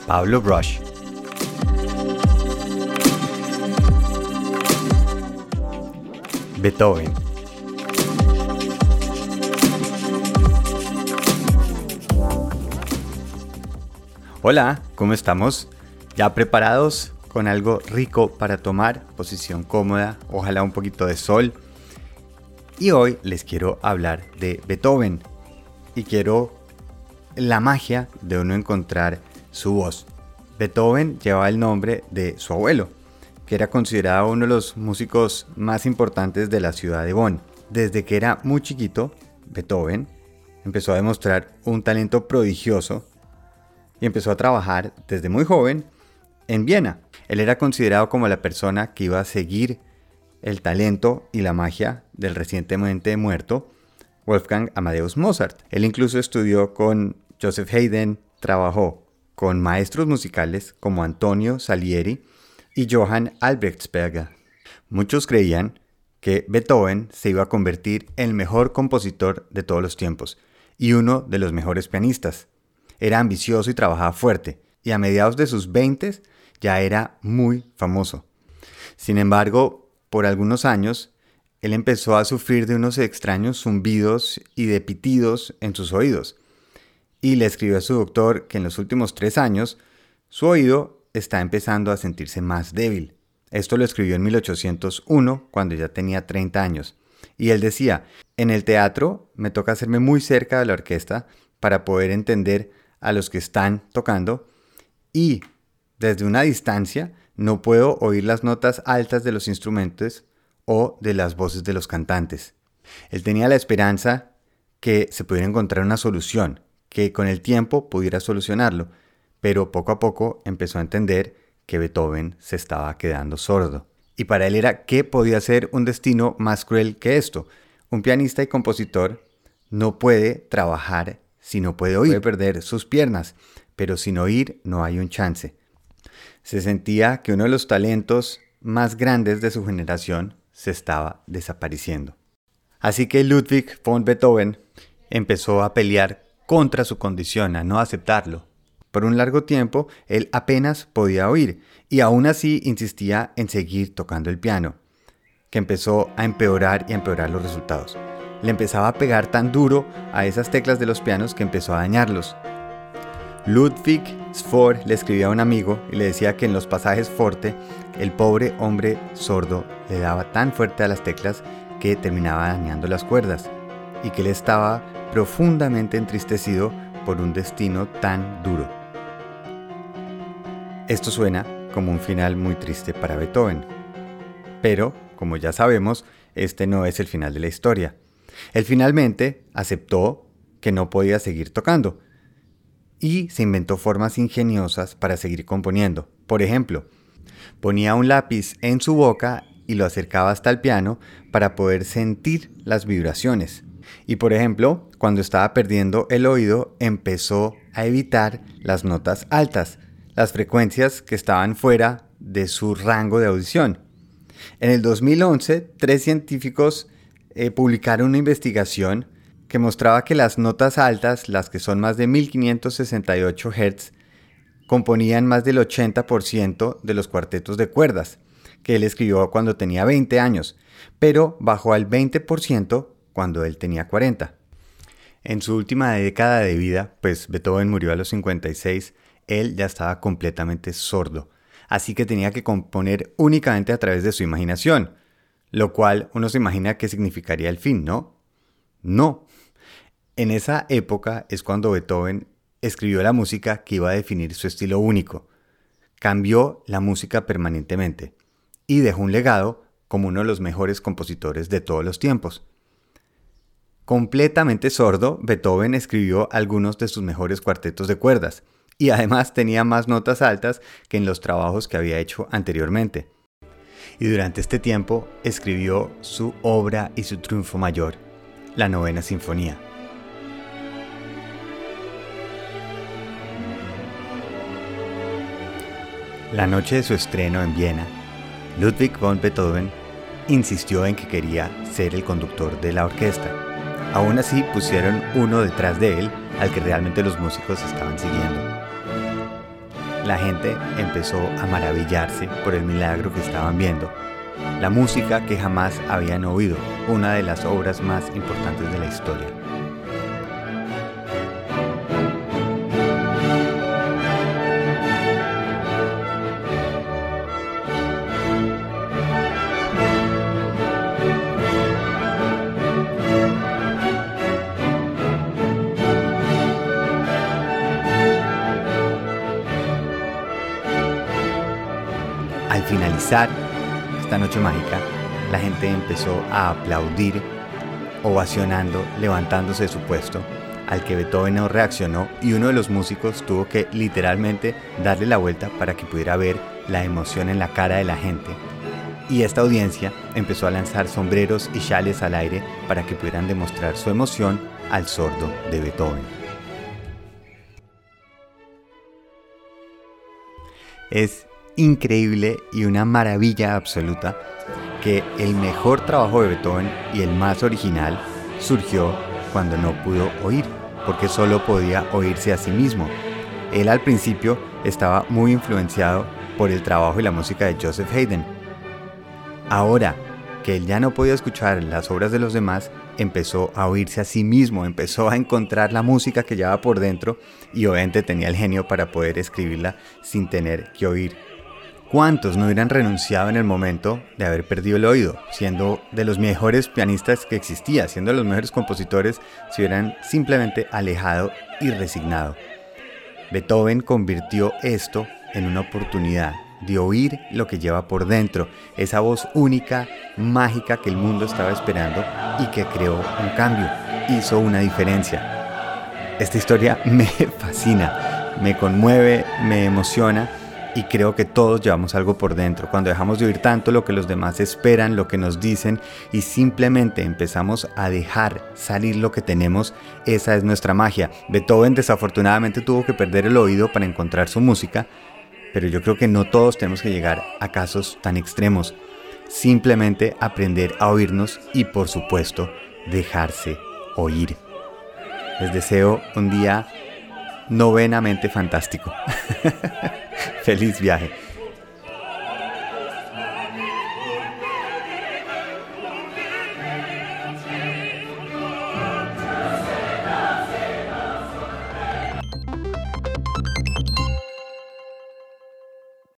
Pablo Rush. Beethoven. Hola, ¿cómo estamos? ¿Ya preparados con algo rico para tomar? Posición cómoda, ojalá un poquito de sol. Y hoy les quiero hablar de Beethoven. Y quiero la magia de uno encontrar su voz. Beethoven llevaba el nombre de su abuelo, que era considerado uno de los músicos más importantes de la ciudad de Bonn. Desde que era muy chiquito, Beethoven empezó a demostrar un talento prodigioso y empezó a trabajar desde muy joven en Viena. Él era considerado como la persona que iba a seguir el talento y la magia del recientemente muerto Wolfgang Amadeus Mozart. Él incluso estudió con Joseph Haydn, trabajó con maestros musicales como Antonio Salieri y Johann Albrechtsberger. Muchos creían que Beethoven se iba a convertir en el mejor compositor de todos los tiempos y uno de los mejores pianistas. Era ambicioso y trabajaba fuerte, y a mediados de sus 20 ya era muy famoso. Sin embargo, por algunos años, él empezó a sufrir de unos extraños zumbidos y de pitidos en sus oídos, y le escribió a su doctor que en los últimos 3 años su oído está empezando a sentirse más débil. Esto lo escribió en 1801, cuando ya tenía 30 años. Y él decía: en el teatro me toca hacerme muy cerca de la orquesta para poder entender a los que están tocando, y desde una distancia no puedo oír las notas altas de los instrumentos o de las voces de los cantantes. Él tenía la esperanza que se pudiera encontrar una solución, que con el tiempo pudiera solucionarlo, pero poco a poco empezó a entender que Beethoven se estaba quedando sordo. Y para él era: ¿qué podía ser un destino más cruel que esto? Un pianista y compositor no puede trabajar si no puede oír. Puede perder sus piernas, pero sin oír no hay un chance. Se sentía que uno de los talentos más grandes de su generación se estaba desapareciendo. Así que Ludwig von Beethoven empezó a pelear contra su condición, a no aceptarlo. Por un largo tiempo, él apenas podía oír, y aún así insistía en seguir tocando el piano, que empezó a empeorar y a empeorar los resultados. Le empezaba a pegar tan duro a esas teclas de los pianos que empezó a dañarlos. Ludwig Spohr le escribía a un amigo y le decía que en los pasajes forte el pobre hombre sordo le daba tan fuerte a las teclas que terminaba dañando las cuerdas, y que él estaba profundamente entristecido por un destino tan duro. Esto suena como un final muy triste para Beethoven. Pero, como ya sabemos, este no es el final de la historia. Él finalmente aceptó que no podía seguir tocando y se inventó formas ingeniosas para seguir componiendo. Por ejemplo, ponía un lápiz en su boca y lo acercaba hasta el piano para poder sentir las vibraciones. Y por ejemplo, cuando estaba perdiendo el oído, empezó a evitar las notas altas, las frecuencias que estaban fuera de su rango de audición. En el 2011, 3 científicos publicaron una investigación que mostraba que las notas altas, las que son más de 1568 Hz, componían más del 80% de los cuartetos de cuerdas que él escribió cuando tenía 20 años, pero bajó al 20% cuando él tenía 40. En su última década de vida, pues Beethoven murió a los 56, él ya estaba completamente sordo, así que tenía que componer únicamente a través de su imaginación, lo cual uno se imagina que significaría el fin, ¿no? No. En esa época es cuando Beethoven escribió la música que iba a definir su estilo único. Cambió la música permanentemente y dejó un legado como uno de los mejores compositores de todos los tiempos. Completamente sordo, Beethoven escribió algunos de sus mejores cuartetos de cuerdas y además tenía más notas altas que en los trabajos que había hecho anteriormente. Y durante este tiempo escribió su obra y su triunfo mayor, la Novena Sinfonía. La noche de su estreno en Viena, Ludwig von Beethoven insistió en que quería ser el conductor de la orquesta. Aún así pusieron uno detrás de él al que realmente los músicos estaban siguiendo. la gente empezó a maravillarse por el milagro que estaban viendo. La música que jamás habían oído, una de las obras más importantes de la historia. Al finalizar esta noche mágica, la gente empezó a aplaudir, ovacionando, levantándose de su puesto, al que Beethoven no reaccionó y uno de los músicos tuvo que literalmente darle la vuelta para que pudiera ver la emoción en la cara de la gente. Y esta audiencia empezó a lanzar sombreros y chales al aire para que pudieran demostrar su emoción al sordo de Beethoven. Es increíble y una maravilla absoluta que el mejor trabajo de Beethoven y el más original surgió cuando no pudo oír, porque solo podía oírse a sí mismo. Él al principio estaba muy influenciado por el trabajo y la música de Joseph Haydn. Ahora que él ya no podía escuchar las obras de los demás, empezó a oírse a sí mismo, empezó a encontrar la música que llevaba por dentro y obviamente tenía el genio para poder escribirla sin tener que oír. ¿Cuántos no hubieran renunciado en el momento de haber perdido el oído? Siendo de los mejores pianistas que existía, siendo de los mejores compositores, se hubieran simplemente alejado y resignado. Beethoven convirtió esto en una oportunidad de oír lo que lleva por dentro, esa voz única, mágica que el mundo estaba esperando y que creó un cambio, hizo una diferencia. Esta historia me fascina, me conmueve, me emociona. Y creo que todos llevamos algo por dentro. Cuando dejamos de oír tanto lo que los demás esperan, lo que nos dicen y simplemente empezamos a dejar salir lo que tenemos, esa es nuestra magia. Beethoven desafortunadamente tuvo que perder el oído para encontrar su música, pero yo creo que no todos tenemos que llegar a casos tan extremos. Simplemente aprender a oírnos y, por supuesto, dejarse oír. Les deseo un día novenamente fantástico. Feliz viaje.